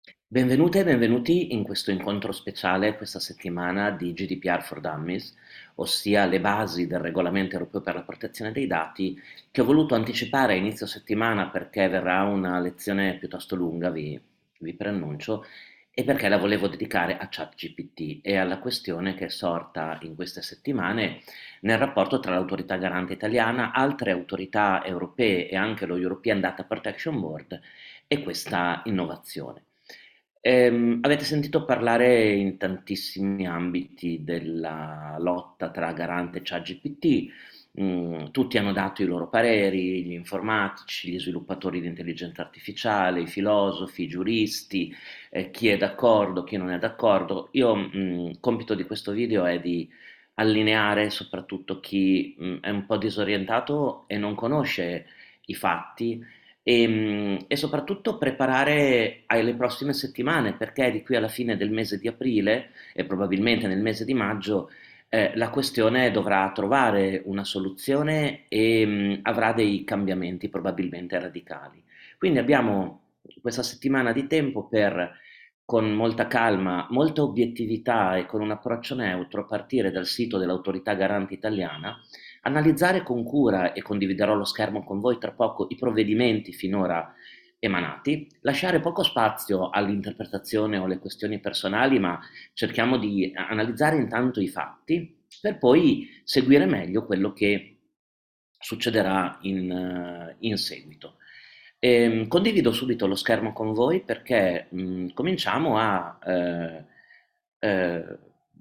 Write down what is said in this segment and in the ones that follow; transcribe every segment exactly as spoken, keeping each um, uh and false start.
Benvenute e benvenuti in questo incontro speciale questa settimana di G D P R for Dummies, ossia le basi del regolamento europeo per la protezione dei dati, che ho voluto anticipare a inizio settimana perché verrà una lezione piuttosto lunga, vi, vi preannuncio, e perché la volevo dedicare a ChatGPT e alla questione che è sorta in queste settimane nel rapporto tra l'autorità garante italiana, altre autorità europee e anche lo European Data Protection Board e questa innovazione. Ehm, avete sentito parlare in tantissimi ambiti della lotta tra Garante e ChatGPT, mm, tutti hanno dato i loro pareri, gli informatici, gli sviluppatori di intelligenza artificiale, i filosofi, i giuristi, eh, chi è d'accordo, chi non è d'accordo. Io, mm, il compito di questo video è di allineare soprattutto chi mm, è un po' disorientato e non conosce i fatti e, mm, e soprattutto preparare alle prossime settimane, perché di qui alla fine del mese di aprile e probabilmente nel mese di maggio eh, la questione dovrà trovare una soluzione e mm, avrà dei cambiamenti probabilmente radicali. Quindi abbiamo questa settimana di tempo per, con molta calma, molta obiettività e con un approccio neutro, partire dal sito dell'Autorità Garante Italiana, analizzare con cura, e condividerò lo schermo con voi tra poco, i provvedimenti finora emanati, lasciare poco spazio all'interpretazione o alle questioni personali, ma cerchiamo di analizzare intanto i fatti per poi seguire meglio quello che succederà in, eh, in seguito. Ehm, condivido subito lo schermo con voi perché mh, cominciamo a eh, eh,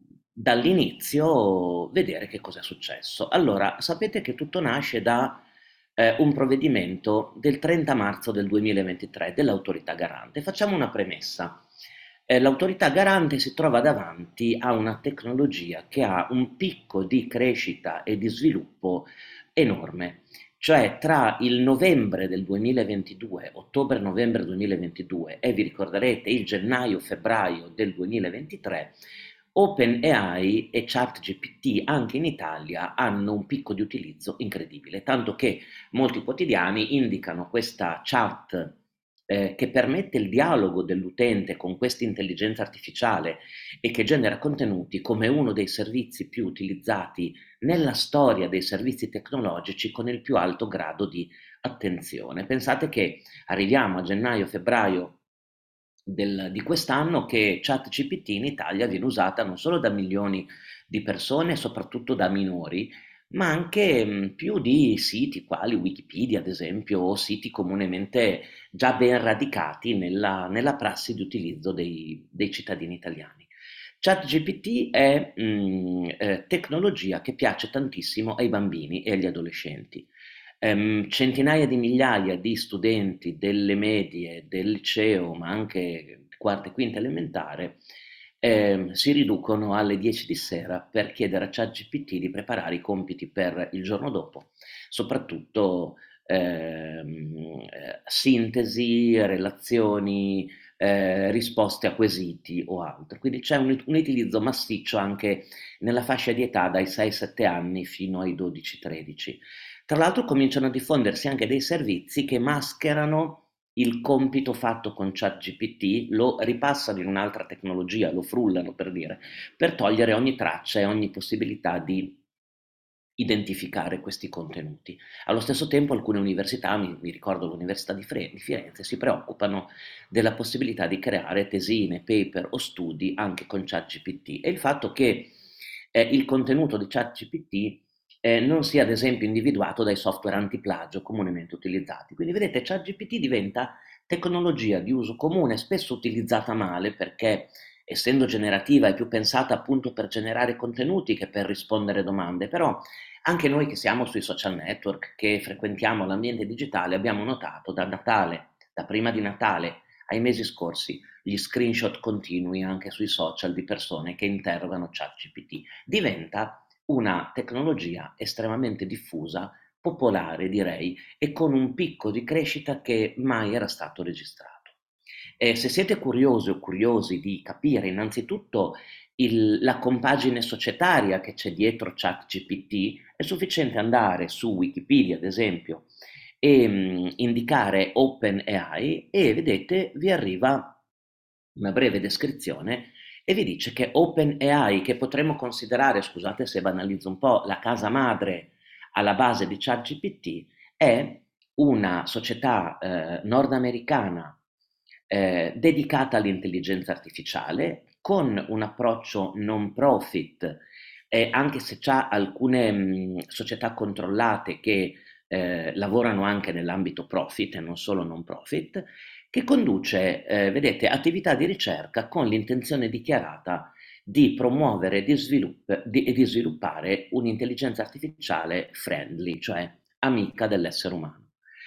dall'inizio vedere che cosa è successo. Allora, sapete che tutto nasce da eh, un provvedimento del trenta marzo del duemilaventitré dell'autorità garante. Facciamo una premessa. Eh, l'autorità garante si trova davanti a una tecnologia che ha un picco di crescita e di sviluppo enorme, cioè tra il novembre del duemilaventidue, ottobre-novembre duemilaventidue e vi ricorderete il gennaio-febbraio del duemilaventitré, OpenAI e ChatGPT anche in Italia hanno un picco di utilizzo incredibile, tanto che molti quotidiani indicano questa chat eh, che permette il dialogo dell'utente con questa intelligenza artificiale e che genera contenuti come uno dei servizi più utilizzati nella storia dei servizi tecnologici con il più alto grado di attenzione. Pensate che arriviamo a gennaio-febbraio del- di quest'anno che ChatGPT in Italia viene usata non solo da milioni di persone, soprattutto da minori, ma anche mh, più di siti quali Wikipedia, ad esempio, o siti comunemente già ben radicati nella, nella prassi di utilizzo dei, dei cittadini italiani. ChatGPT è mh, eh, tecnologia che piace tantissimo ai bambini e agli adolescenti. Ehm, centinaia di migliaia di studenti delle medie, del liceo, ma anche quarta e quinta elementare, ehm, si riducono alle dieci di sera per chiedere a ChatGPT di preparare i compiti per il giorno dopo, soprattutto ehm, eh, sintesi, relazioni, eh, risposte a quesiti o altro. Quindi c'è un, un utilizzo massiccio anche nella fascia di età dai sei sette anni fino ai dodici tredici. Tra l'altro cominciano a diffondersi anche dei servizi che mascherano il compito fatto con ChatGPT, lo ripassano in un'altra tecnologia, lo frullano per dire, per togliere ogni traccia e ogni possibilità di identificare questi contenuti. Allo stesso tempo alcune università, mi, mi ricordo l'Università di, Fre- di Firenze, si preoccupano della possibilità di creare tesine, paper o studi anche con ChatGPT e il fatto che eh, il contenuto di ChatGPT eh, non sia ad esempio individuato dai software antiplagio comunemente utilizzati. Quindi vedete, ChatGPT diventa tecnologia di uso comune, spesso utilizzata male perché essendo generativa è più pensata appunto per generare contenuti che per rispondere a domande, però anche noi che siamo sui social network, che frequentiamo l'ambiente digitale, abbiamo notato da Natale, da prima di Natale ai mesi scorsi, gli screenshot continui anche sui social di persone che interrogano ChatGPT. Diventa una tecnologia estremamente diffusa, popolare direi, e con un picco di crescita che mai era stato registrato. E se siete curiosi o curiosi di capire innanzitutto il- la compagine societaria che c'è dietro ChatGPT, è sufficiente andare su Wikipedia, ad esempio, e mh, indicare OpenAI e vedete vi arriva una breve descrizione e vi dice che OpenAI, che potremmo considerare, scusate se banalizzo un po', la casa madre alla base di ChatGPT, è una società eh, nordamericana eh, dedicata all'intelligenza artificiale, con un approccio non profit, eh, anche se ha alcune mh, società controllate che eh, lavorano anche nell'ambito profit e non solo non profit, che conduce, eh, vedete, attività di ricerca con l'intenzione dichiarata di promuovere di svilupp- di- e di sviluppare un'intelligenza artificiale friendly, cioè amica dell'essere umano.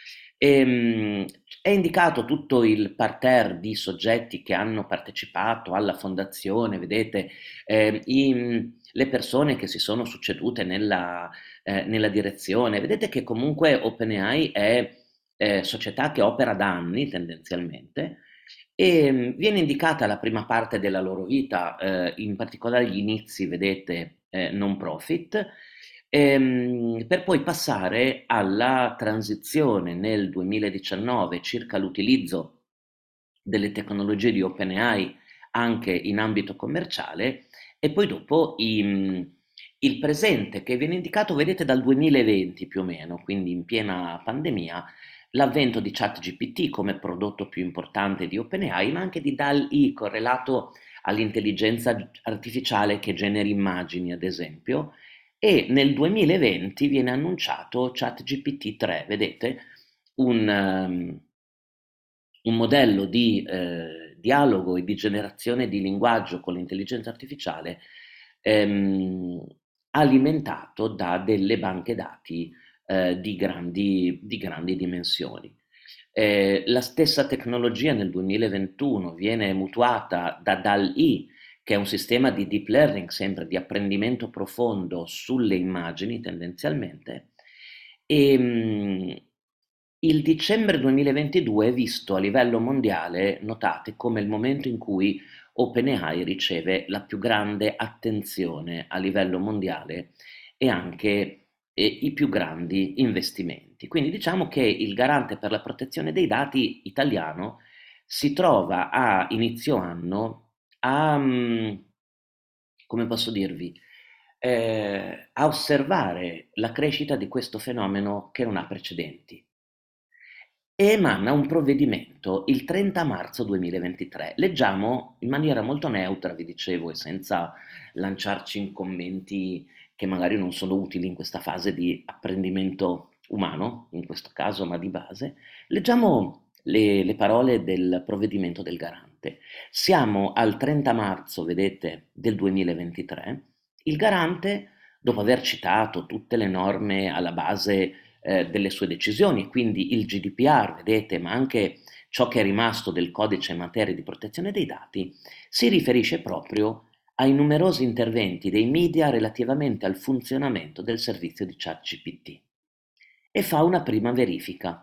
Ehm, è indicato tutto il parterre di soggetti che hanno partecipato alla fondazione, vedete, eh, i- le persone che si sono succedute nella, eh, nella direzione. Vedete che comunque OpenAI è eh, società che opera da anni tendenzialmente e mh, viene indicata la prima parte della loro vita, eh, in particolare gli inizi, vedete, eh, non profit, ehm, per poi passare alla transizione nel duemiladiciannove circa l'utilizzo delle tecnologie di OpenAI anche in ambito commerciale e poi dopo i, mh, il presente che viene indicato, vedete, dal duemilaventi più o meno, quindi in piena pandemia, l'avvento di ChatGPT come prodotto più importante di OpenAI, ma anche di DALL-E correlato all'intelligenza artificiale che genera immagini, ad esempio, e nel duemilaventi viene annunciato ChatGPT tre, vedete, un, um, un modello di eh, dialogo e di generazione di linguaggio con l'intelligenza artificiale ehm, alimentato da delle banche dati eh, di grandi, di grandi dimensioni. Eh, la stessa tecnologia nel duemilaventuno viene mutuata da DALL-E, che è un sistema di deep learning, sempre di apprendimento profondo sulle immagini tendenzialmente, e mh, il dicembre duemilaventidue è visto a livello mondiale, notate, come il momento in cui OpenAI riceve la più grande attenzione a livello mondiale e anche eh, i più grandi investimenti. Quindi diciamo che il garante per la protezione dei dati italiano si trova a inizio anno a, mm, come posso dirvi, eh, a osservare la crescita di questo fenomeno che non ha precedenti e emana un provvedimento il trenta marzo duemilaventitré. Leggiamo in maniera molto neutra, vi dicevo, e senza lanciarci in commenti che magari non sono utili in questa fase di apprendimento umano, in questo caso, ma di base, leggiamo le, le parole del provvedimento del garante. Siamo al trenta marzo, vedete, del duemilaventitré. Il garante, dopo aver citato tutte le norme alla base eh, delle sue decisioni, quindi il G D P R, vedete, ma anche ciò che è rimasto del codice in materia di protezione dei dati, si riferisce proprio ai numerosi interventi dei media relativamente al funzionamento del servizio di ChatGPT e fa una prima verifica.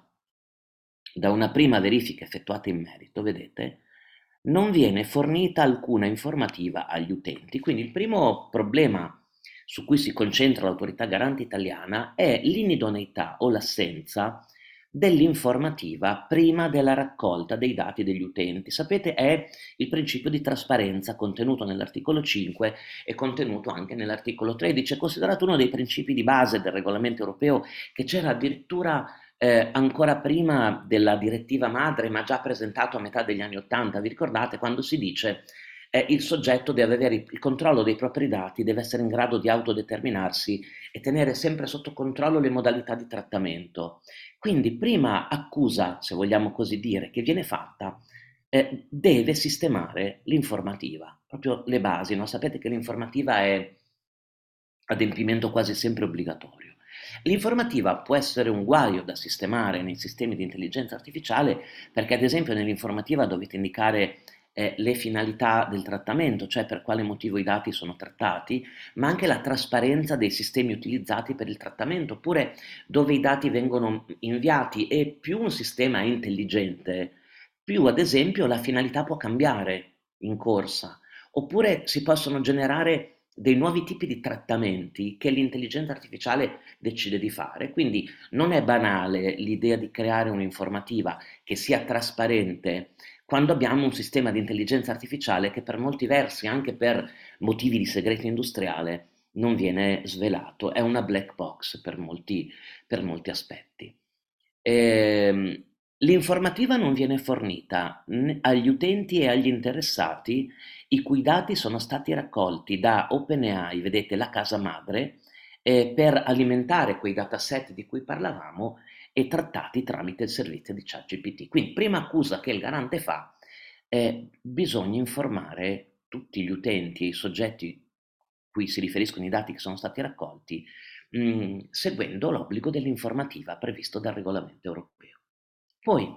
Da una prima verifica effettuata in merito, vedete, non viene fornita alcuna informativa agli utenti. Quindi il primo problema su cui si concentra l'autorità garante italiana è l'inidoneità o l'assenza dell'informativa prima della raccolta dei dati degli utenti. Sapete, è il principio di trasparenza contenuto nell'articolo cinque e contenuto anche nell'articolo tredici, è considerato uno dei principi di base del regolamento europeo, che c'era addirittura eh, ancora prima della direttiva madre, ma già presentato a metà degli anni Ottanta. Vi ricordate quando si dice eh, il soggetto deve avere il controllo dei propri dati, deve essere in grado di autodeterminarsi e tenere sempre sotto controllo le modalità di trattamento. Quindi prima accusa, se vogliamo così dire, che viene fatta, eh, deve sistemare l'informativa, proprio le basi, no? Sapete che l'informativa è adempimento quasi sempre obbligatorio. L'informativa può essere un guaio da sistemare nei sistemi di intelligenza artificiale perché ad esempio nell'informativa dovete indicare eh, le finalità del trattamento, cioè per quale motivo i dati sono trattati, ma anche la trasparenza dei sistemi utilizzati per il trattamento, oppure dove i dati vengono inviati, e più un sistema è intelligente, più ad esempio la finalità può cambiare in corsa, oppure si possono generare dei nuovi tipi di trattamenti che l'intelligenza artificiale decide di fare. Quindi non è banale l'idea di creare un'informativa che sia trasparente quando abbiamo un sistema di intelligenza artificiale che per molti versi, anche per motivi di segreto industriale, non viene svelato, è una black box per molti, per molti aspetti. Ehm, L'informativa non viene fornita né agli utenti e agli interessati i cui dati sono stati raccolti da OpenAI, vedete la casa madre, eh, per alimentare quei dataset di cui parlavamo e trattati tramite il servizio di ChatGPT. Quindi, prima accusa che il garante fa è: bisogna informare tutti gli utenti e i soggetti cui si riferiscono i dati che sono stati raccolti, mh, seguendo l'obbligo dell'informativa previsto dal regolamento europeo. Poi,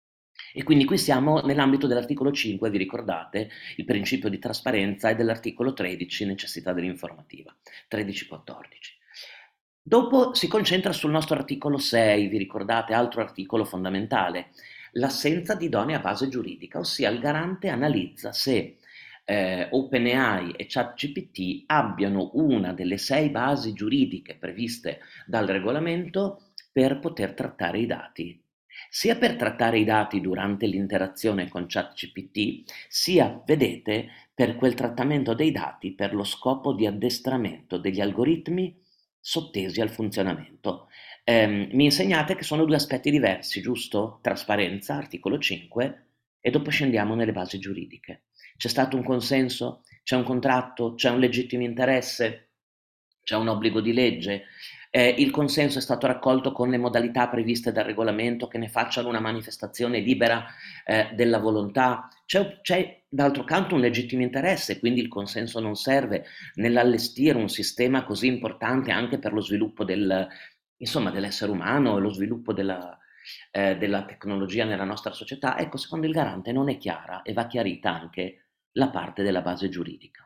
e quindi qui siamo nell'ambito dell'articolo cinque, vi ricordate, il principio di trasparenza, e dell'articolo tredici, necessità dell'informativa, tredici quattordici. Dopo si concentra sul nostro articolo sei, vi ricordate, altro articolo fondamentale, l'assenza di idonea base giuridica, ossia il garante analizza se eh, OpenAI e ChatGPT abbiano una delle sei basi giuridiche previste dal regolamento per poter trattare i dati, sia per trattare i dati durante l'interazione con ChatGPT, sia, vedete, per quel trattamento dei dati per lo scopo di addestramento degli algoritmi sottesi al funzionamento. Ehm, mi insegnate che sono due aspetti diversi, giusto? Trasparenza, articolo cinque, e dopo scendiamo nelle basi giuridiche. C'è stato un consenso? C'è un contratto? C'è un legittimo interesse? C'è un obbligo di legge? Eh, il consenso è stato raccolto con le modalità previste dal regolamento che ne facciano una manifestazione libera eh, della volontà? C'è, c'è d'altro canto un legittimo interesse, quindi il consenso non serve nell'allestire un sistema così importante anche per lo sviluppo del, insomma, dell'essere umano e lo sviluppo della, eh, della tecnologia nella nostra società. Ecco, secondo il garante non è chiara e va chiarita anche la parte della base giuridica.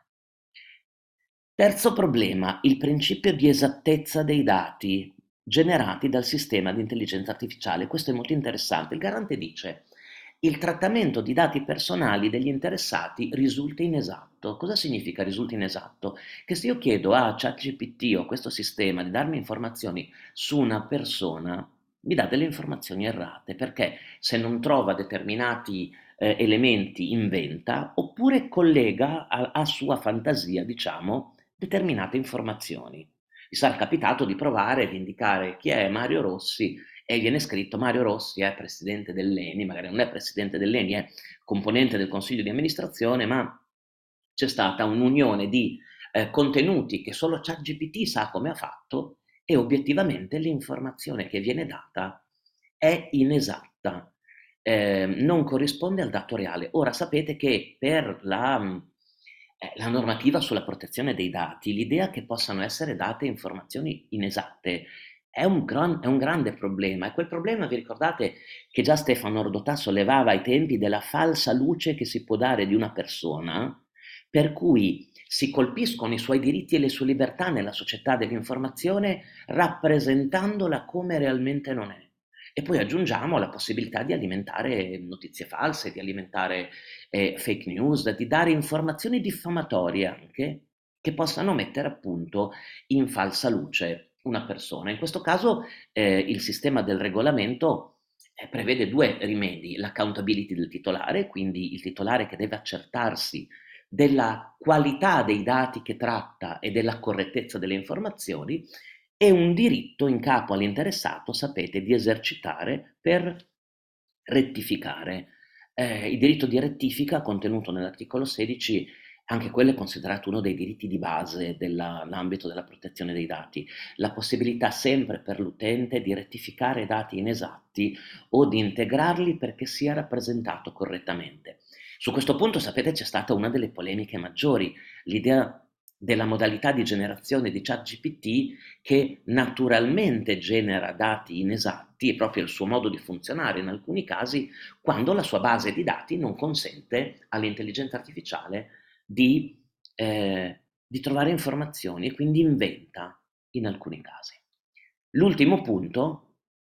Terzo problema, il principio di esattezza dei dati generati dal sistema di intelligenza artificiale. Questo è molto interessante. Il garante dice: il trattamento di dati personali degli interessati risulta inesatto. Cosa significa risulta inesatto? Che se io chiedo a ChatGPT o a questo sistema di darmi informazioni su una persona, mi dà delle informazioni errate, perché se non trova determinati eh, elementi inventa, oppure collega a, a sua fantasia, diciamo, determinate informazioni. Mi sarà capitato di provare, di indicare chi è Mario Rossi e viene scritto: Mario Rossi è presidente dell'Eni, magari non è presidente dell'Eni, è componente del consiglio di amministrazione, ma c'è stata un'unione di eh, contenuti che solo ChatGPT sa come ha fatto, e obiettivamente l'informazione che viene data è inesatta, eh, non corrisponde al dato reale. Ora sapete che per la, eh, la normativa sulla protezione dei dati, l'idea che possano essere date informazioni inesatte è un, gran, è un grande problema, e quel problema vi ricordate che già Stefano Rodotà sollevava ai tempi della falsa luce che si può dare di una persona, per cui si colpiscono i suoi diritti e le sue libertà nella società dell'informazione rappresentandola come realmente non è. E poi aggiungiamo la possibilità di alimentare notizie false, di alimentare eh, fake news, di dare informazioni diffamatorie anche, che possano mettere appunto in falsa luce una persona. In questo caso eh, il sistema del regolamento eh, prevede due rimedi: l'accountability del titolare, quindi il titolare che deve accertarsi della qualità dei dati che tratta e della correttezza delle informazioni, e un diritto in capo all'interessato, sapete, di esercitare per rettificare. Eh, il diritto di rettifica contenuto nell'articolo sedici, anche quello è considerato uno dei diritti di base dell'ambito della protezione dei dati, la possibilità sempre per l'utente di rettificare dati inesatti o di integrarli perché sia rappresentato correttamente. Su questo punto, sapete, c'è stata una delle polemiche maggiori, l'idea della modalità di generazione di ChatGPT, che naturalmente genera dati inesatti, è proprio il suo modo di funzionare in alcuni casi, quando la sua base di dati non consente all'intelligenza artificiale di, eh, di trovare informazioni, e quindi inventa in alcuni casi. L'ultimo punto: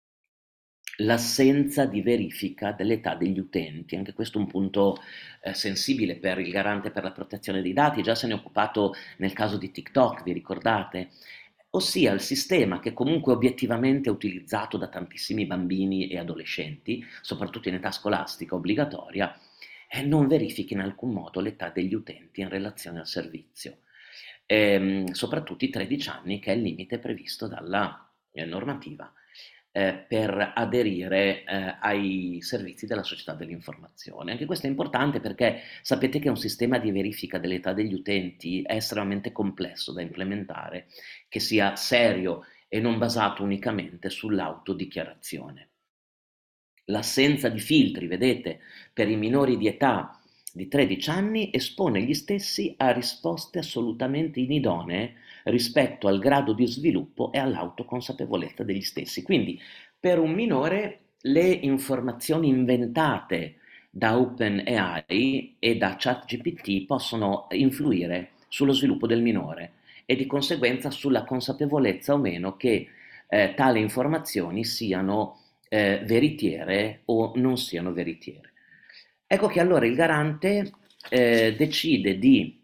l'assenza di verifica dell'età degli utenti. Anche questo è un punto eh, sensibile per il garante per la protezione dei dati, già se ne è occupato nel caso di TikTok, vi ricordate? Ossia il sistema, che comunque obiettivamente è utilizzato da tantissimi bambini e adolescenti, soprattutto in età scolastica obbligatoria, e non verifichi in alcun modo l'età degli utenti in relazione al servizio, ehm, soprattutto i tredici anni che è il limite previsto dalla eh, normativa eh, per aderire eh, ai servizi della società dell'informazione. Anche questo è importante perché sapete che un sistema di verifica dell'età degli utenti è estremamente complesso da implementare, che sia serio e non basato unicamente sull'autodichiarazione. L'assenza di filtri, vedete, per i minori di età di tredici anni espone gli stessi a risposte assolutamente inidonee rispetto al grado di sviluppo e all'autoconsapevolezza degli stessi. Quindi per un minore le informazioni inventate da OpenAI e da ChatGPT possono influire sullo sviluppo del minore e di conseguenza sulla consapevolezza o meno che eh, tali informazioni siano eh, veritiere o non siano veritiere. Ecco che allora il garante eh, decide di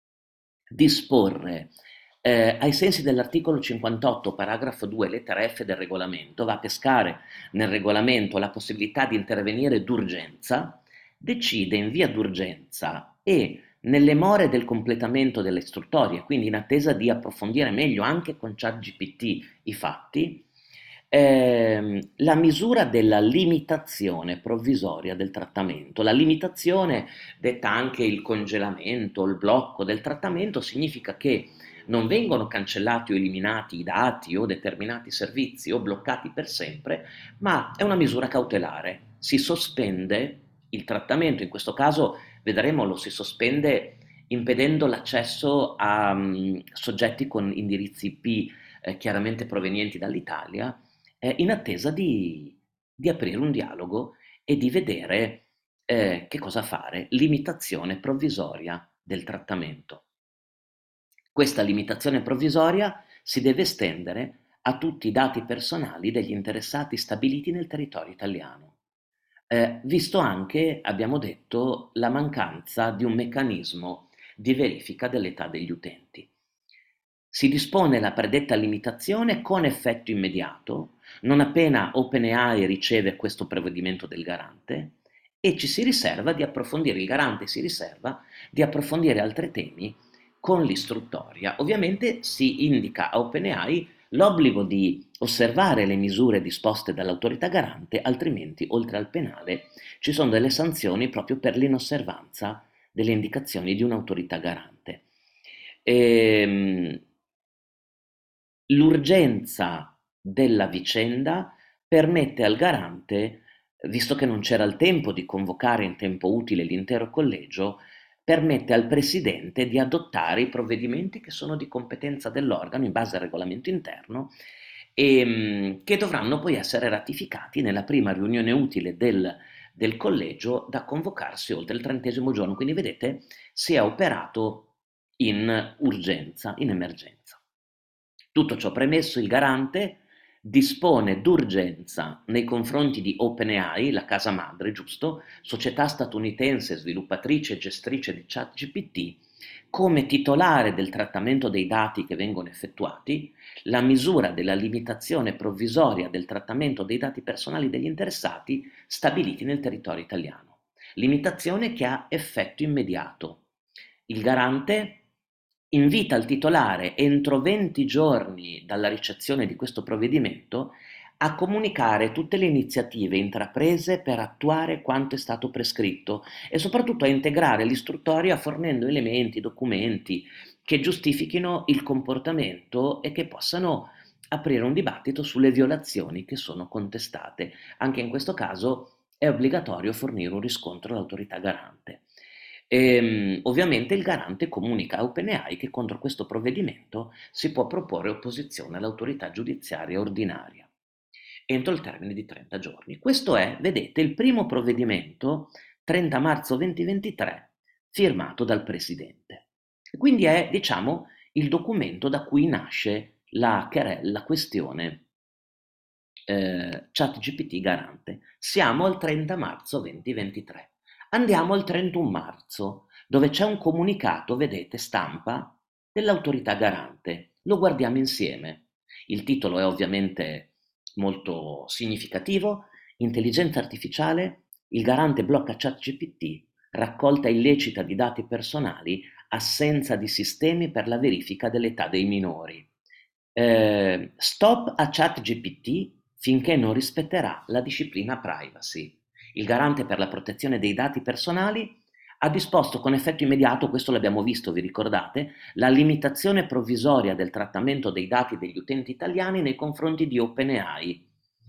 disporre eh, ai sensi dell'articolo cinquantotto, paragrafo due, lettera F del regolamento, va a pescare nel regolamento la possibilità di intervenire d'urgenza, decide in via d'urgenza e nelle more del completamento delle istruttorie, quindi in attesa di approfondire meglio anche con ChatGPT i fatti, ehm, la misura della limitazione provvisoria del trattamento. La limitazione, detta anche il congelamento, il blocco del trattamento, significa che non vengono cancellati o eliminati i dati o determinati servizi o bloccati per sempre, ma è una misura cautelare. Si sospende il trattamento, in questo caso vedremo lo si sospende impedendo l'accesso a um, soggetti con indirizzi I P eh, chiaramente provenienti dall'Italia, eh, in attesa di, di aprire un dialogo e di vedere eh, che cosa fare. Limitazione provvisoria del trattamento. Questa limitazione provvisoria si deve estendere a tutti i dati personali degli interessati stabiliti nel territorio italiano, eh, visto anche, abbiamo detto, la mancanza di un meccanismo di verifica dell'età degli utenti. Si dispone la predetta limitazione con effetto immediato, non appena OpenAI riceve questo provvedimento del garante, e ci si riserva di approfondire, il garante si riserva di approfondire altri temi con l'istruttoria. Ovviamente si indica a OpenAI l'obbligo di osservare le misure disposte dall'autorità garante, altrimenti, oltre al penale, ci sono delle sanzioni proprio per l'inosservanza delle indicazioni di un'autorità garante. Ehm, L'urgenza della vicenda permette al garante, visto che non c'era il tempo di convocare in tempo utile l'intero collegio, permette al presidente di adottare i provvedimenti che sono di competenza dell'organo in base al regolamento interno e mh, che dovranno poi essere ratificati nella prima riunione utile del, del collegio da convocarsi oltre il trentesimo giorno. Quindi vedete, si è operato in urgenza, in emergenza. Tutto ciò premesso, il garante dispone d'urgenza nei confronti di OpenAI, la casa madre, giusto? Società statunitense sviluppatrice e gestrice di ChatGPT, come titolare del trattamento dei dati che vengono effettuati, la misura della limitazione provvisoria del trattamento dei dati personali degli interessati stabiliti nel territorio italiano. Limitazione che ha effetto immediato. Il garante invita il titolare entro venti giorni dalla ricezione di questo provvedimento a comunicare tutte le iniziative intraprese per attuare quanto è stato prescritto e soprattutto a integrare l'istruttoria fornendo elementi, documenti che giustifichino il comportamento e che possano aprire un dibattito sulle violazioni che sono contestate. Anche in questo caso è obbligatorio fornire un riscontro all'autorità garante. Ehm, ovviamente il garante comunica a OpenAI che contro questo provvedimento si può proporre opposizione all'autorità giudiziaria ordinaria entro il termine di trenta giorni. Questo è, vedete, il primo provvedimento, trenta marzo duemilaventitré, firmato dal Presidente. Quindi è, diciamo, il documento da cui nasce la querella, la questione eh, ChatGPT garante. Siamo al trenta marzo duemilaventitré. Andiamo al trentuno marzo, dove c'è un comunicato, vedete, stampa, dell'autorità garante. Lo guardiamo insieme. Il titolo è ovviamente molto significativo. Intelligenza artificiale, il garante blocca ChatGPT, raccolta illecita di dati personali, assenza di sistemi per la verifica dell'età dei minori. Eh, stop a ChatGPT finché non rispetterà la disciplina privacy. Il garante per la protezione dei dati personali ha disposto con effetto immediato, questo l'abbiamo visto, vi ricordate, la limitazione provvisoria del trattamento dei dati degli utenti italiani nei confronti di OpenAI.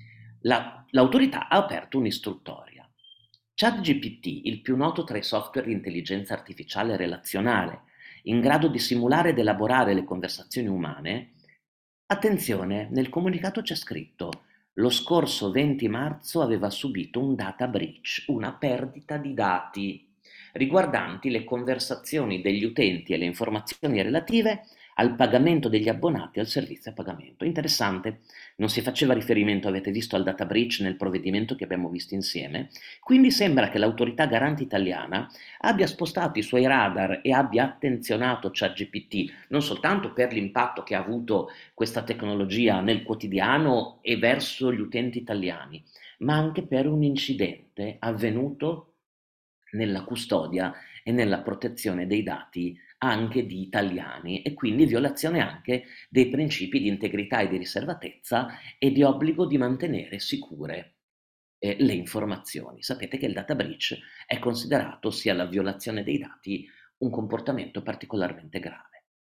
La, l'autorità ha aperto un'istruttoria. ChatGPT, il più noto tra i software di intelligenza artificiale relazionale, in grado di simulare ed elaborare le conversazioni umane, attenzione, nel comunicato c'è scritto: lo scorso venti marzo aveva subito un data breach, una perdita di dati riguardanti le conversazioni degli utenti e le informazioni relative al pagamento degli abbonati al servizio a pagamento. Interessante, non si faceva riferimento, avete visto, al data breach nel provvedimento che abbiamo visto insieme, quindi sembra che l'autorità garante italiana abbia spostato i suoi radar e abbia attenzionato ChatGPT, non soltanto per l'impatto che ha avuto questa tecnologia nel quotidiano e verso gli utenti italiani, ma anche per un incidente avvenuto nella custodia e nella protezione dei dati anche di italiani e quindi violazione anche dei principi di integrità e di riservatezza e di obbligo di mantenere sicure eh, le informazioni. Sapete che il data breach è considerato, sia la violazione dei dati, un comportamento particolarmente grave.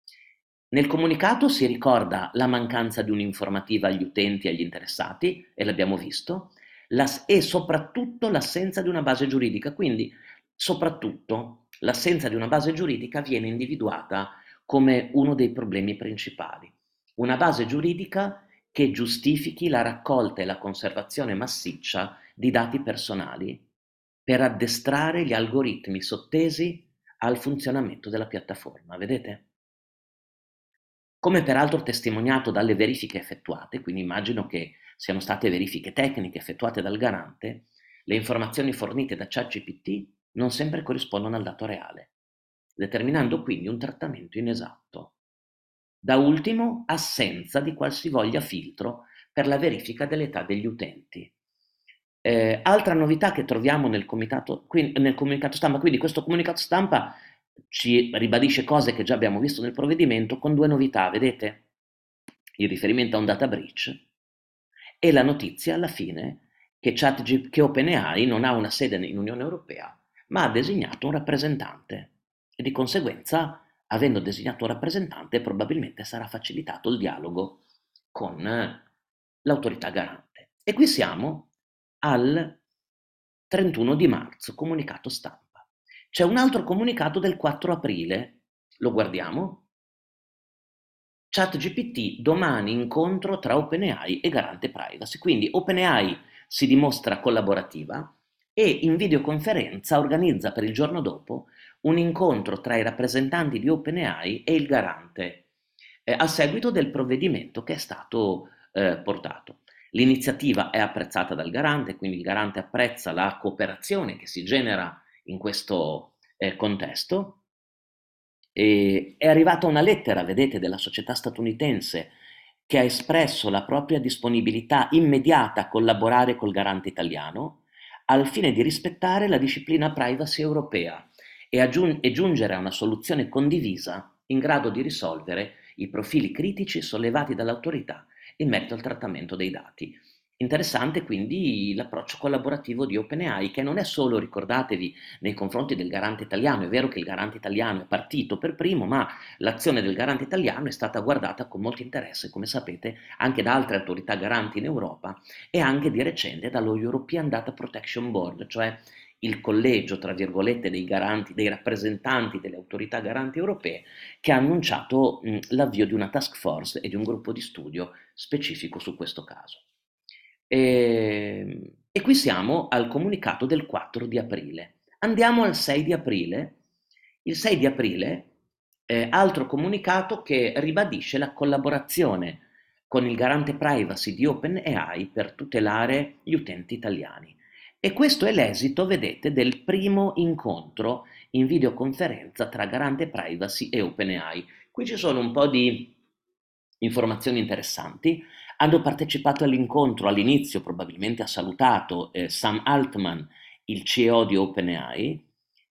Nel comunicato si ricorda la mancanza di un'informativa agli utenti e agli interessati, e l'abbiamo visto, la, e soprattutto l'assenza di una base giuridica. Quindi, soprattutto, l'assenza di una base giuridica viene individuata come uno dei problemi principali. Una base giuridica che giustifichi la raccolta e la conservazione massiccia di dati personali per addestrare gli algoritmi sottesi al funzionamento della piattaforma. Vedete? Come peraltro testimoniato dalle verifiche effettuate, quindi immagino che siano state verifiche tecniche effettuate dal garante, le informazioni fornite da ChatGPT non sempre corrispondono al dato reale, determinando quindi un trattamento inesatto. Da ultimo, assenza di qualsivoglia filtro per la verifica dell'età degli utenti. Eh, altra novità che troviamo nel, comitato, qui, nel comunicato stampa, quindi questo comunicato stampa ci ribadisce cose che già abbiamo visto nel provvedimento con due novità, vedete? Il riferimento a un data breach e la notizia alla fine che, ChatGPT, che OpenAI non ha una sede in Unione Europea, ma ha designato un rappresentante e di conseguenza, avendo designato un rappresentante, probabilmente sarà facilitato il dialogo con l'autorità garante. E qui siamo al trentuno di marzo, comunicato stampa. C'è un altro comunicato del quattro aprile, lo guardiamo? ChatGPT, domani incontro tra OpenAI e Garante Privacy. Quindi OpenAI si dimostra collaborativa e in videoconferenza organizza per il giorno dopo un incontro tra i rappresentanti di OpenAI e il Garante, eh, a seguito del provvedimento che è stato eh, portato. L'iniziativa è apprezzata dal Garante, quindi il Garante apprezza la cooperazione che si genera in questo eh, contesto. E è arrivata una lettera, vedete, della società statunitense che ha espresso la propria disponibilità immediata a collaborare col garante italiano al fine di rispettare la disciplina privacy europea e, aggiung- e giungere a una soluzione condivisa in grado di risolvere i profili critici sollevati dall'autorità in merito al trattamento dei dati. Interessante quindi l'approccio collaborativo di OpenAI, che non è solo, ricordatevi, nei confronti del garante italiano. È vero che il garante italiano è partito per primo, ma l'azione del garante italiano è stata guardata con molto interesse, come sapete, anche da altre autorità garanti in Europa e anche di recente dallo European Data Protection Board, cioè il collegio, tra virgolette, dei garanti, dei rappresentanti delle autorità garanti europee, che ha annunciato mh, l'avvio di una task force e di un gruppo di studio specifico su questo caso. E, e qui siamo al comunicato del quattro di aprile. Andiamo al sei di aprile. Il sei di aprile, eh, altro comunicato che ribadisce la collaborazione con il garante privacy di OpenAI per tutelare gli utenti italiani. E questo è l'esito, vedete, del primo incontro in videoconferenza tra garante privacy e OpenAI. Qui ci sono un po' di informazioni interessanti. Hanno partecipato all'incontro, all'inizio probabilmente ha salutato eh, Sam Altman, il C E O di OpenAI,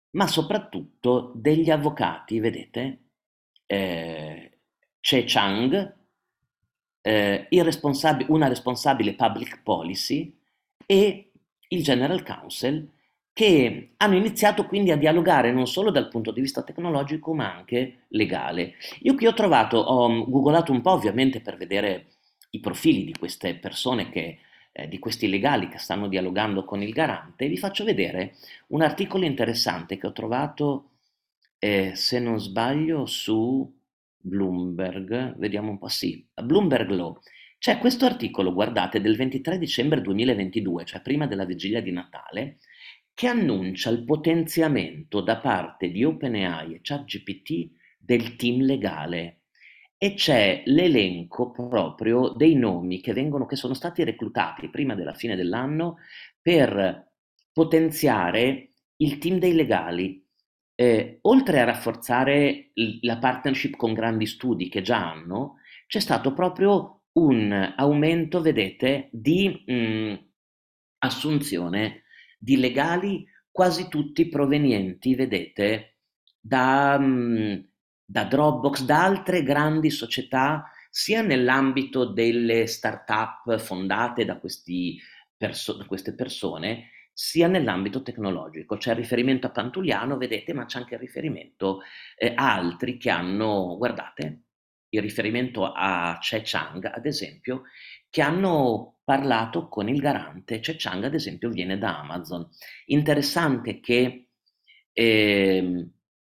ma soprattutto degli avvocati, vedete, eh, Che Chang, eh, il responsabi- una responsabile public policy e il General Counsel, che hanno iniziato quindi a dialogare non solo dal punto di vista tecnologico ma anche legale. Io qui ho trovato, ho googolato un po' ovviamente per vedere i profili di queste persone che, eh, di questi legali che stanno dialogando con il garante, e vi faccio vedere un articolo interessante che ho trovato, eh, se non sbaglio, su Bloomberg, vediamo un po', sì, a Bloomberg Law. C'è questo articolo, guardate, del ventitré dicembre duemilaventidue, cioè prima della vigilia di Natale, che annuncia il potenziamento da parte di OpenAI e ChatGPT del team legale, e c'è l'elenco proprio dei nomi che vengono, che sono stati reclutati prima della fine dell'anno per potenziare il team dei legali. Eh, oltre a rafforzare l- la partnership con grandi studi che già hanno, c'è stato proprio un aumento, vedete, di mh, assunzione di legali, quasi tutti provenienti, vedete, da, mh, da Dropbox, da altre grandi società, sia nell'ambito delle start-up fondate da questi perso- da queste persone, sia nell'ambito tecnologico. C'è il riferimento a Pantuliano, vedete, ma c'è anche il riferimento eh, a altri che hanno, guardate, il riferimento a Che Chang, ad esempio, che hanno parlato con il garante. Che Chang, ad esempio, viene da Amazon. Interessante che ehm,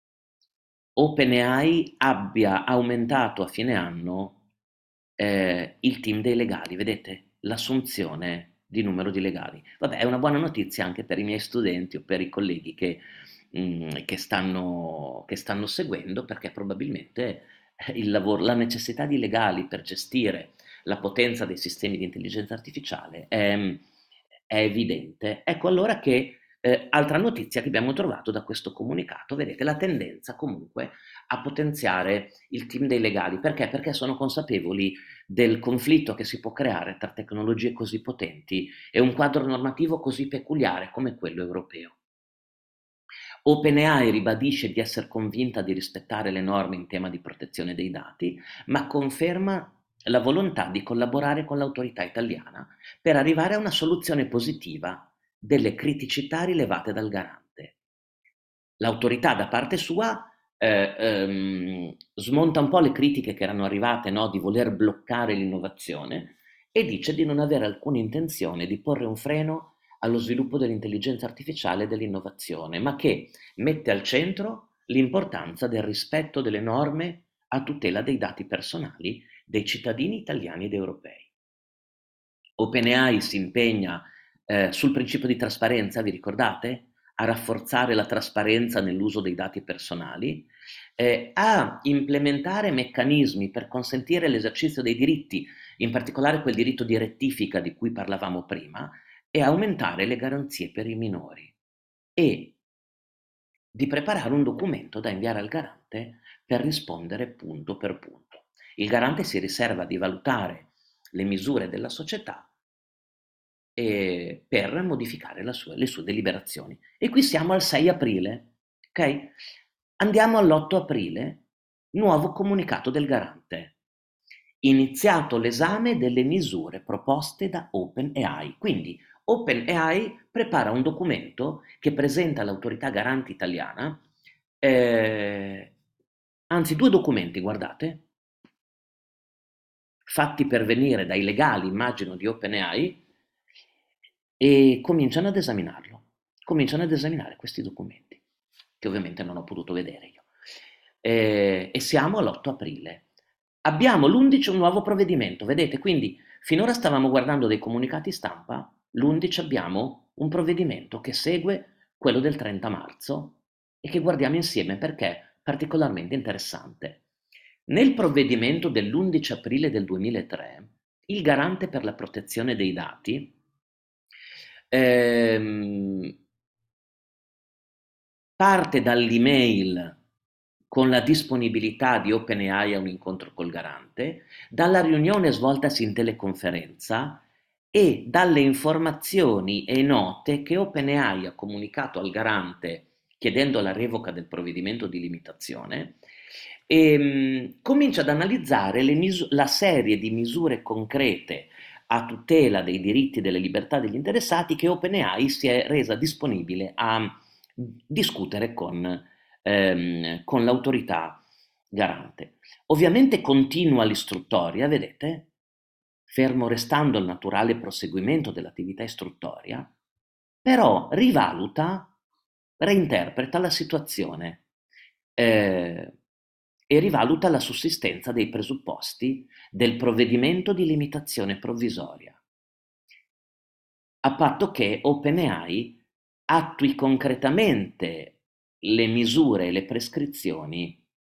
OpenAI abbia aumentato a fine anno eh, il team dei legali, vedete? L'assunzione di numero di legali. Vabbè, è una buona notizia anche per i miei studenti o per i colleghi che, mm, che stanno, che stanno seguendo, perché probabilmente eh, il lavoro, la necessità di legali per gestire la potenza dei sistemi di intelligenza artificiale è, è evidente. Ecco allora che eh, altra notizia che abbiamo trovato da questo comunicato, vedete la tendenza comunque a potenziare il team dei legali. Perché? Perché sono consapevoli del conflitto che si può creare tra tecnologie così potenti e un quadro normativo così peculiare come quello europeo. OpenAI ribadisce di essere convinta di rispettare le norme in tema di protezione dei dati, ma conferma la volontà di collaborare con l'autorità italiana per arrivare a una soluzione positiva delle criticità rilevate dal garante. L'autorità da parte sua eh, ehm, smonta un po' le critiche che erano arrivate, no, di voler bloccare l'innovazione, e dice di non avere alcuna intenzione di porre un freno allo sviluppo dell'intelligenza artificiale e dell'innovazione, ma che mette al centro l'importanza del rispetto delle norme a tutela dei dati personali dei cittadini italiani ed europei. OpenAI si impegna eh, sul principio di trasparenza, vi ricordate? A rafforzare la trasparenza nell'uso dei dati personali, eh, a implementare meccanismi per consentire l'esercizio dei diritti, in particolare quel diritto di rettifica di cui parlavamo prima, e aumentare le garanzie per i minori, e di preparare un documento da inviare al garante per rispondere punto per punto. Il garante si riserva di valutare le misure della società eh, per modificare la sua- le sue deliberazioni. E qui siamo al sei aprile, ok? Andiamo all'otto aprile, nuovo comunicato del garante. Iniziato l'esame delle misure proposte da OpenAI. Quindi OpenAI prepara un documento che presenta all'autorità garante italiana, eh, anzi due documenti, guardate, fatti pervenire dai legali, immagino, di OpenAI, e cominciano ad esaminarlo. Cominciano ad esaminare questi documenti, che ovviamente non ho potuto vedere io. Eh, e siamo all'otto aprile. Abbiamo l'undici un nuovo provvedimento, vedete? Quindi finora stavamo guardando dei comunicati stampa, l'undici abbiamo un provvedimento che segue quello del trenta marzo e che guardiamo insieme perché è particolarmente interessante. Nel provvedimento dell'undici aprile del duemilatré, il garante per la protezione dei dati ehm, parte dall'email con la disponibilità di OpenAI a un incontro col garante, dalla riunione svoltasi in teleconferenza e dalle informazioni e note che OpenAI ha comunicato al garante chiedendo la revoca del provvedimento di limitazione, e mh, comincia ad analizzare le misu- la serie di misure concrete a tutela dei diritti e delle libertà degli interessati che OpenAI si è resa disponibile a discutere con, ehm, con l'autorità garante. Ovviamente continua l'istruttoria, vedete, fermo restando il naturale proseguimento dell'attività istruttoria, però rivaluta, reinterpreta la situazione eh, e rivaluta la sussistenza dei presupposti del provvedimento di limitazione provvisoria, a patto che OpenAI attui concretamente le misure e le prescrizioni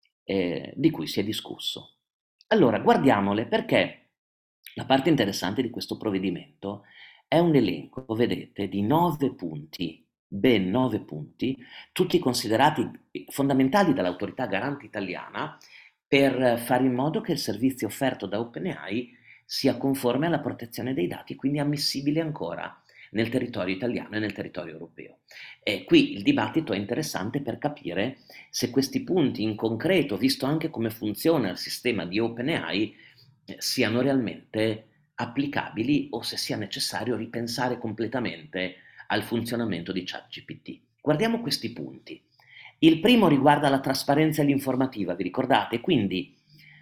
eh, di cui si è discusso. Allora, guardiamole perché la parte interessante di questo provvedimento è un elenco, vedete, di nove punti, ben nove punti, tutti considerati fondamentali dall'autorità garante italiana per fare in modo che il servizio offerto da OpenAI sia conforme alla protezione dei dati, quindi ammissibile ancora nel territorio italiano e nel territorio europeo. E qui il dibattito è interessante per capire se questi punti in concreto, visto anche come funziona il sistema di OpenAI, eh, siano realmente applicabili o se sia necessario ripensare completamente al funzionamento di ChatGPT. Guardiamo questi punti. Il primo riguarda la trasparenza e l'informativa, vi ricordate? Quindi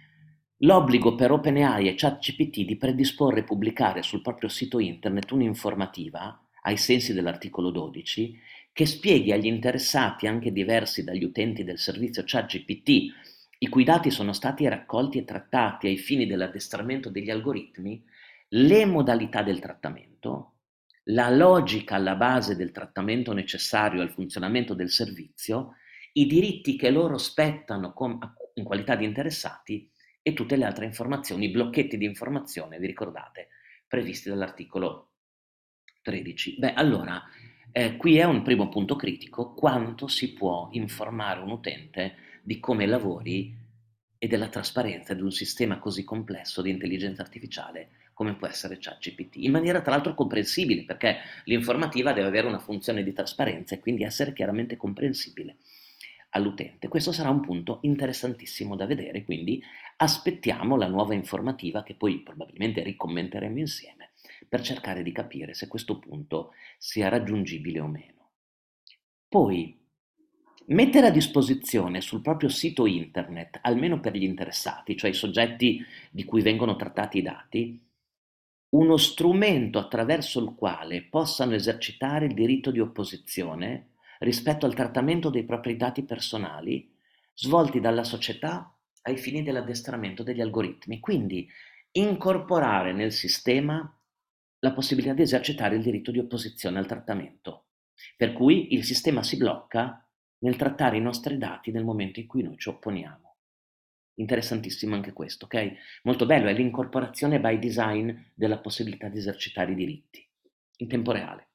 l'obbligo per OpenAI e ChatGPT di predisporre e pubblicare sul proprio sito internet un'informativa, ai sensi dell'articolo dodici, che spieghi agli interessati, anche diversi dagli utenti del servizio ChatGPT, i cui dati sono stati raccolti e trattati ai fini dell'addestramento degli algoritmi, le modalità del trattamento, la logica alla base del trattamento necessario al funzionamento del servizio, i diritti che loro spettano com- in qualità di interessati e tutte le altre informazioni, i blocchetti di informazione, vi ricordate, previsti dall'articolo tredici. Beh, allora, eh, qui è un primo punto critico: quanto si può informare un utente di come lavori e della trasparenza di un sistema così complesso di intelligenza artificiale come può essere ChatGPT, in maniera tra l'altro comprensibile, perché l'informativa deve avere una funzione di trasparenza e quindi essere chiaramente comprensibile all'utente. Questo sarà un punto interessantissimo da vedere, quindi aspettiamo la nuova informativa che poi probabilmente ricommenteremo insieme per cercare di capire se questo punto sia raggiungibile o meno. Poi, mettere a disposizione sul proprio sito internet, almeno per gli interessati, cioè i soggetti di cui vengono trattati i dati, uno strumento attraverso il quale possano esercitare il diritto di opposizione rispetto al trattamento dei propri dati personali svolti dalla società ai fini dell'addestramento degli algoritmi. Quindi incorporare nel sistema la possibilità di esercitare il diritto di opposizione al trattamento, per cui il sistema si blocca nel trattare i nostri dati nel momento in cui noi ci opponiamo. Interessantissimo anche questo, ok? Molto bello, è l'incorporazione by design della possibilità di esercitare i diritti in tempo reale.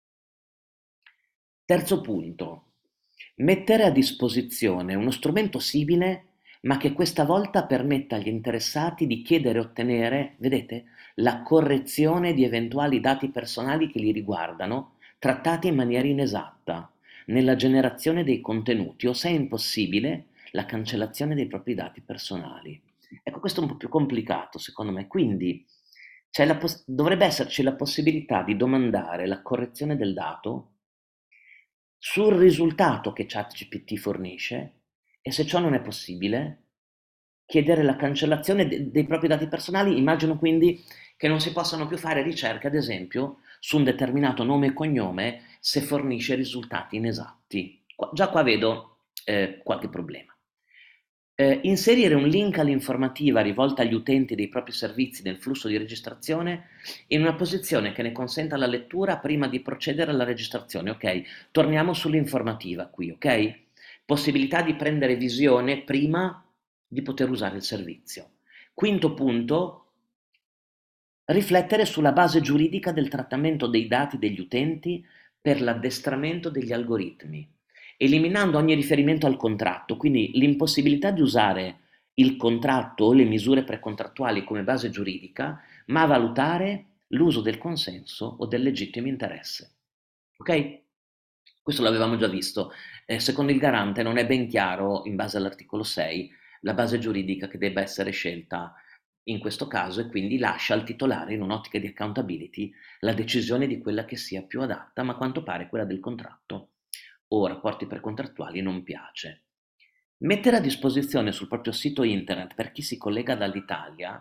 Terzo punto, mettere a disposizione uno strumento simile, ma che questa volta permetta agli interessati di chiedere e ottenere, vedete, la correzione di eventuali dati personali che li riguardano, trattati in maniera inesatta, nella generazione dei contenuti, o se è impossibile, la cancellazione dei propri dati personali. Ecco, questo è un po' più complicato, secondo me, quindi c'è la poss- dovrebbe esserci la possibilità di domandare la correzione del dato sul risultato che ChatGPT fornisce e, se ciò non è possibile, chiedere la cancellazione de- dei propri dati personali. Immagino quindi che non si possano più fare ricerche, ad esempio, su un determinato nome e cognome se fornisce risultati inesatti. Qua- già qua vedo eh, qualche problema. Eh, inserire un link all'informativa rivolta agli utenti dei propri servizi nel flusso di registrazione in una posizione che ne consenta la lettura prima di procedere alla registrazione, ok? Torniamo sull'informativa qui, ok? Possibilità di prendere visione prima di poter usare il servizio. Quinto punto, riflettere sulla base giuridica del trattamento dei dati degli utenti per l'addestramento degli algoritmi, eliminando ogni riferimento al contratto, quindi l'impossibilità di usare il contratto o le misure precontrattuali come base giuridica, ma valutare l'uso del consenso o del legittimo interesse. Ok? Questo l'avevamo già visto. Eh, secondo il garante non è ben chiaro, in base all'articolo sei, la base giuridica che debba essere scelta in questo caso e quindi lascia al titolare, in un'ottica di accountability, la decisione di quella che sia più adatta, ma a quanto pare quella del contratto o rapporti precontrattuali non piace. Mettere a disposizione sul proprio sito internet per chi si collega dall'Italia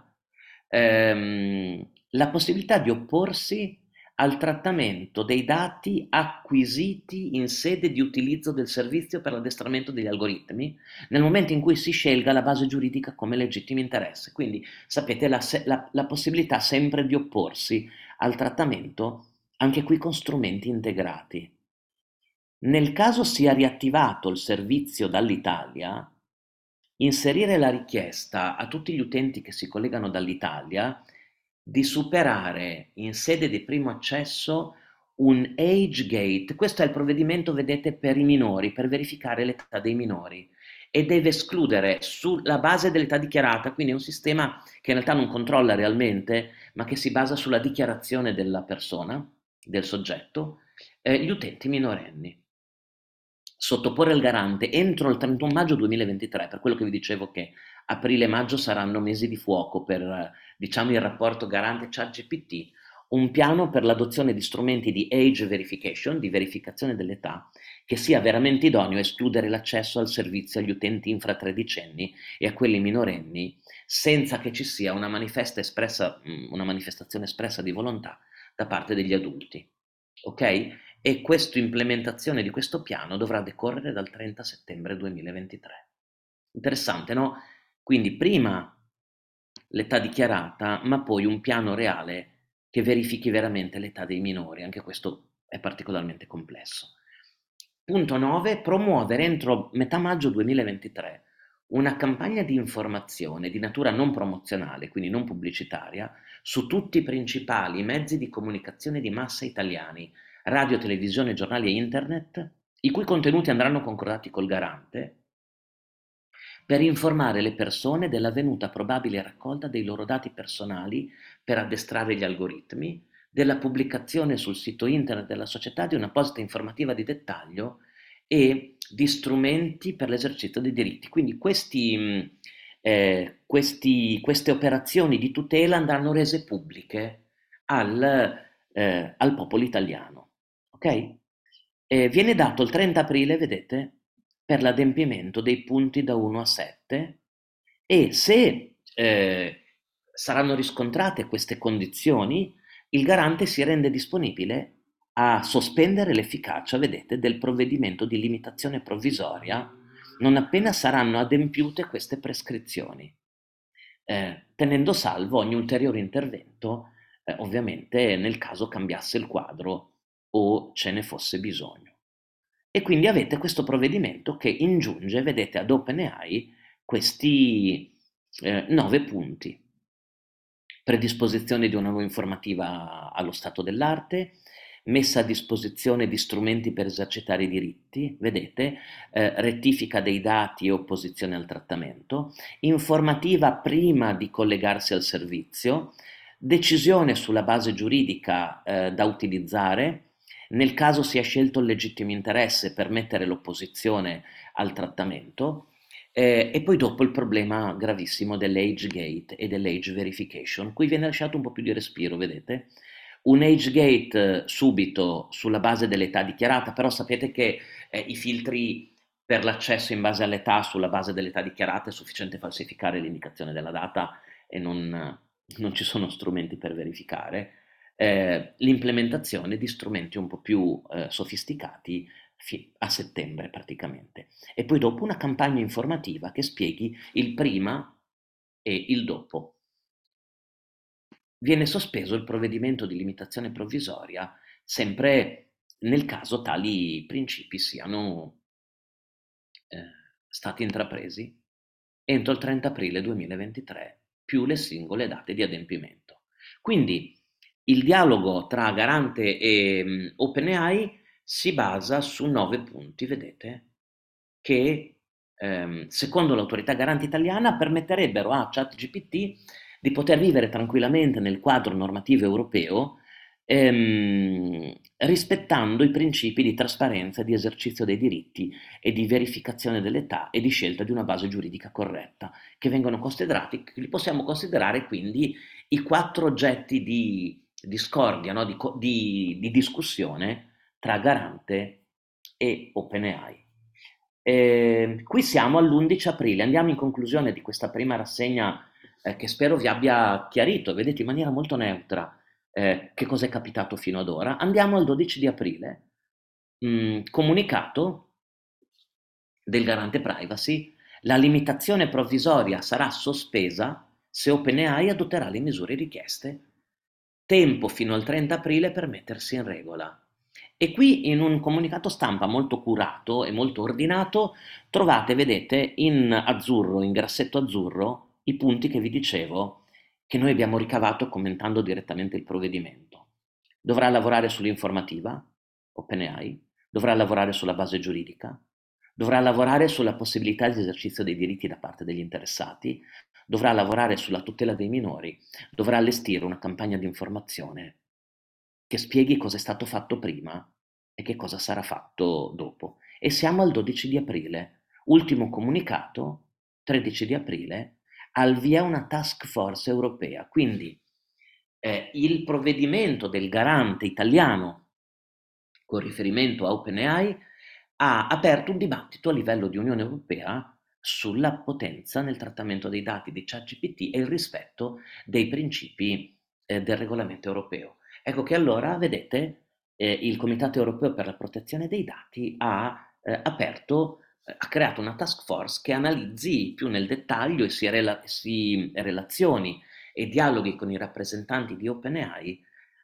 ehm, la possibilità di opporsi al trattamento dei dati acquisiti in sede di utilizzo del servizio per l'addestramento degli algoritmi, nel momento in cui si scelga la base giuridica come legittimo interesse. Quindi sapete la, la, la possibilità sempre di opporsi al trattamento, anche qui con strumenti integrati. Nel caso sia riattivato il servizio dall'Italia, inserire la richiesta a tutti gli utenti che si collegano dall'Italia di superare in sede di primo accesso un age gate. Questo è il provvedimento, vedete, per i minori, per verificare l'età dei minori e deve escludere sulla base dell'età dichiarata, quindi è un sistema che in realtà non controlla realmente, ma che si basa sulla dichiarazione della persona, del soggetto, eh, gli utenti minorenni. Sottoporre al garante entro il trentuno maggio duemilaventitré, per quello che vi dicevo che aprile e maggio saranno mesi di fuoco per, diciamo, il rapporto garante ChatGPT, un piano per l'adozione di strumenti di age verification, di verificazione dell'età, che sia veramente idoneo a escludere l'accesso al servizio agli utenti infratredicenni e a quelli minorenni, senza che ci sia una, manifesta espressa, una manifestazione espressa di volontà da parte degli adulti. Ok? E questa implementazione di questo piano dovrà decorrere dal trenta settembre duemilaventitré. Interessante, no? Quindi prima l'età dichiarata, ma poi un piano reale che verifichi veramente l'età dei minori. Anche questo è particolarmente complesso. Punto nove. Promuovere entro metà maggio duemilaventitré una campagna di informazione di natura non promozionale, quindi non pubblicitaria, su tutti i principali mezzi di comunicazione di massa italiani, radio, televisione, giornali e internet, i cui contenuti andranno concordati col garante, per informare le persone dell'avvenuta probabile raccolta dei loro dati personali per addestrare gli algoritmi, della pubblicazione sul sito internet della società di un'apposita informativa di dettaglio e di strumenti per l'esercizio dei diritti. Quindi questi, eh, questi, queste operazioni di tutela andranno rese pubbliche al, eh, al popolo italiano. Ok? Eh, viene dato il trenta aprile, vedete, per l'adempimento dei punti da uno a sette e se eh, saranno riscontrate queste condizioni, il garante si rende disponibile a sospendere l'efficacia, vedete, del provvedimento di limitazione provvisoria non appena saranno adempiute queste prescrizioni, eh, tenendo salvo ogni ulteriore intervento, eh, ovviamente nel caso cambiasse il quadro o ce ne fosse bisogno. E quindi avete questo provvedimento che ingiunge, vedete, ad OpenAI questi eh, nove punti. Predisposizione di una nuova informativa allo stato dell'arte, messa a disposizione di strumenti per esercitare i diritti, vedete, eh, rettifica dei dati e opposizione al trattamento, informativa prima di collegarsi al servizio, decisione sulla base giuridica eh, da utilizzare, nel caso sia scelto il legittimo interesse per mettere l'opposizione al trattamento, eh, e poi dopo il problema gravissimo dell'age gate e dell'age verification. Qui viene lasciato un po' più di respiro, vedete? Un age gate eh, subito sulla base dell'età dichiarata, però sapete che eh, i filtri per l'accesso in base all'età, sulla base dell'età dichiarata, è sufficiente falsificare l'indicazione della data e non, non ci sono strumenti per verificare. Eh, l'implementazione di strumenti un po' più eh, sofisticati a settembre praticamente. E poi dopo una campagna informativa che spieghi il prima e il dopo. Viene sospeso il provvedimento di limitazione provvisoria sempre nel caso tali principi siano eh, stati intrapresi entro il trenta aprile duemilaventitré più le singole date di adempimento. Quindi il dialogo tra Garante e um, OpenAI si basa su nove punti, vedete, che ehm, secondo l'autorità garante italiana permetterebbero a ChatGPT di poter vivere tranquillamente nel quadro normativo europeo ehm, rispettando i principi di trasparenza, di esercizio dei diritti e di verificazione dell'età e di scelta di una base giuridica corretta, che vengono considerati, che li possiamo considerare quindi i quattro oggetti di discordia, no? di, co- di- di discussione tra Garante e OpenAI. Eh, qui siamo all'undici aprile, andiamo in conclusione di questa prima rassegna eh, che spero vi abbia chiarito, vedete, in maniera molto neutra eh, che cosa è capitato fino ad ora. Andiamo al dodici di aprile, mh, comunicato del garante privacy, la limitazione provvisoria sarà sospesa se OpenAI adotterà le misure richieste. Tempo fino al trenta aprile per mettersi in regola. E qui in un comunicato stampa molto curato e molto ordinato trovate, vedete, in azzurro, in grassetto azzurro, i punti che vi dicevo che noi abbiamo ricavato commentando direttamente il provvedimento. Dovrà lavorare sull'informativa, OpenAI, dovrà lavorare sulla base giuridica, dovrà lavorare sulla possibilità di esercizio dei diritti da parte degli interessati, dovrà lavorare sulla tutela dei minori, dovrà allestire una campagna di informazione che spieghi cosa è stato fatto prima e che cosa sarà fatto dopo. E siamo al dodici di aprile. Ultimo comunicato, tredici di aprile, al via una task force europea. Quindi eh, il provvedimento del garante italiano con riferimento a OpenAI ha aperto un dibattito a livello di Unione Europea sulla potenza nel trattamento dei dati di ChatGPT e il rispetto dei principi eh, del regolamento europeo. Ecco che allora, vedete, eh, il Comitato Europeo per la protezione dei dati ha eh, aperto, eh, ha creato una task force che analizzi più nel dettaglio e si, rela- si relazioni e dialoghi con i rappresentanti di OpenAI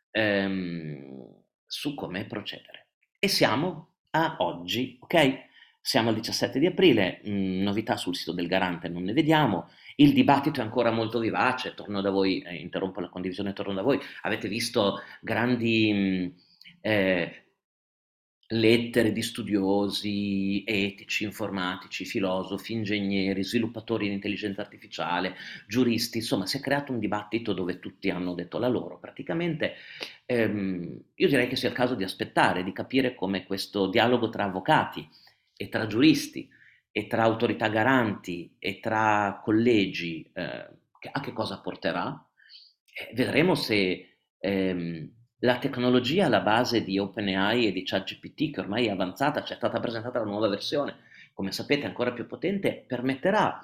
ehm, su come procedere. E siamo a oggi, ok? Siamo al diciassette di aprile, mh, novità sul sito del Garante non ne vediamo, il dibattito è ancora molto vivace, torno da voi, eh, interrompo la condivisione, torno da voi, avete visto grandi mh, eh, lettere di studiosi, etici, informatici, filosofi, ingegneri, sviluppatori di intelligenza artificiale, giuristi, insomma si è creato un dibattito dove tutti hanno detto la loro. Praticamente ehm, io direi che sia il caso di aspettare, di capire come questo dialogo tra avvocati e tra giuristi e tra autorità garanti e tra collegi eh, che- a che cosa porterà. Eh, vedremo se ehm, la tecnologia alla base di OpenAI e di ChatGPT, che ormai è avanzata, c'è stata presentata la nuova versione, come sapete ancora più potente, permetterà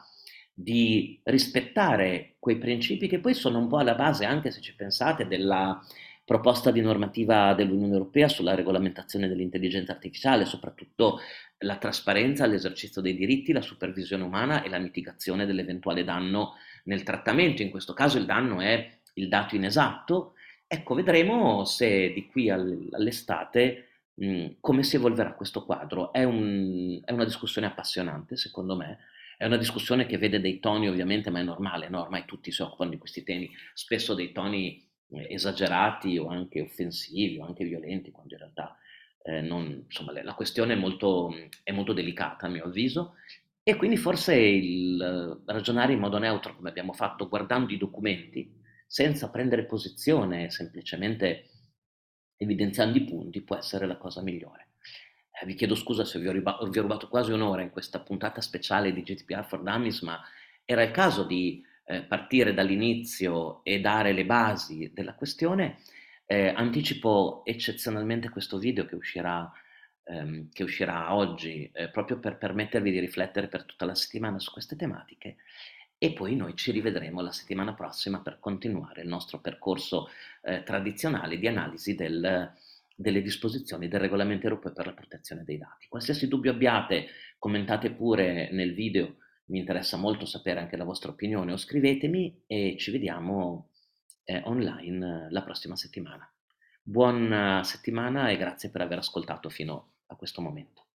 di rispettare quei principi che poi sono un po' alla base, anche se ci pensate, della proposta di normativa dell'Unione Europea sulla regolamentazione dell'intelligenza artificiale, soprattutto la trasparenza, l'esercizio dei diritti, la supervisione umana e la mitigazione dell'eventuale danno nel trattamento. In questo caso il danno è il dato inesatto. Ecco, vedremo se di qui al- all'estate mh, come si evolverà questo quadro. È, un- è una discussione appassionante, secondo me. È una discussione che vede dei toni, ovviamente, ma è normale, no? Ormai tutti si occupano di questi temi, spesso dei toni eh, esagerati o anche offensivi o anche violenti, quando in realtà eh, non, insomma, la questione è molto, è molto delicata, a mio avviso, e quindi forse il eh, ragionare in modo neutro, come abbiamo fatto guardando i documenti, senza prendere posizione, semplicemente evidenziando i punti, può essere la cosa migliore. Eh, vi chiedo scusa se vi ho, riba- vi ho rubato quasi un'ora in questa puntata speciale di G D P R for Dummies, ma era il caso di eh, partire dall'inizio e dare le basi della questione. Eh, anticipo eccezionalmente questo video che uscirà, ehm, che uscirà oggi, eh, proprio per permettervi di riflettere per tutta la settimana su queste tematiche e poi noi ci rivedremo la settimana prossima per continuare il nostro percorso eh, tradizionale di analisi del, delle disposizioni del regolamento europeo per la protezione dei dati. Qualsiasi dubbio abbiate, commentate pure nel video, mi interessa molto sapere anche la vostra opinione o scrivetemi e ci vediamo eh, online eh, la prossima settimana. Buona settimana e grazie per aver ascoltato fino a questo momento.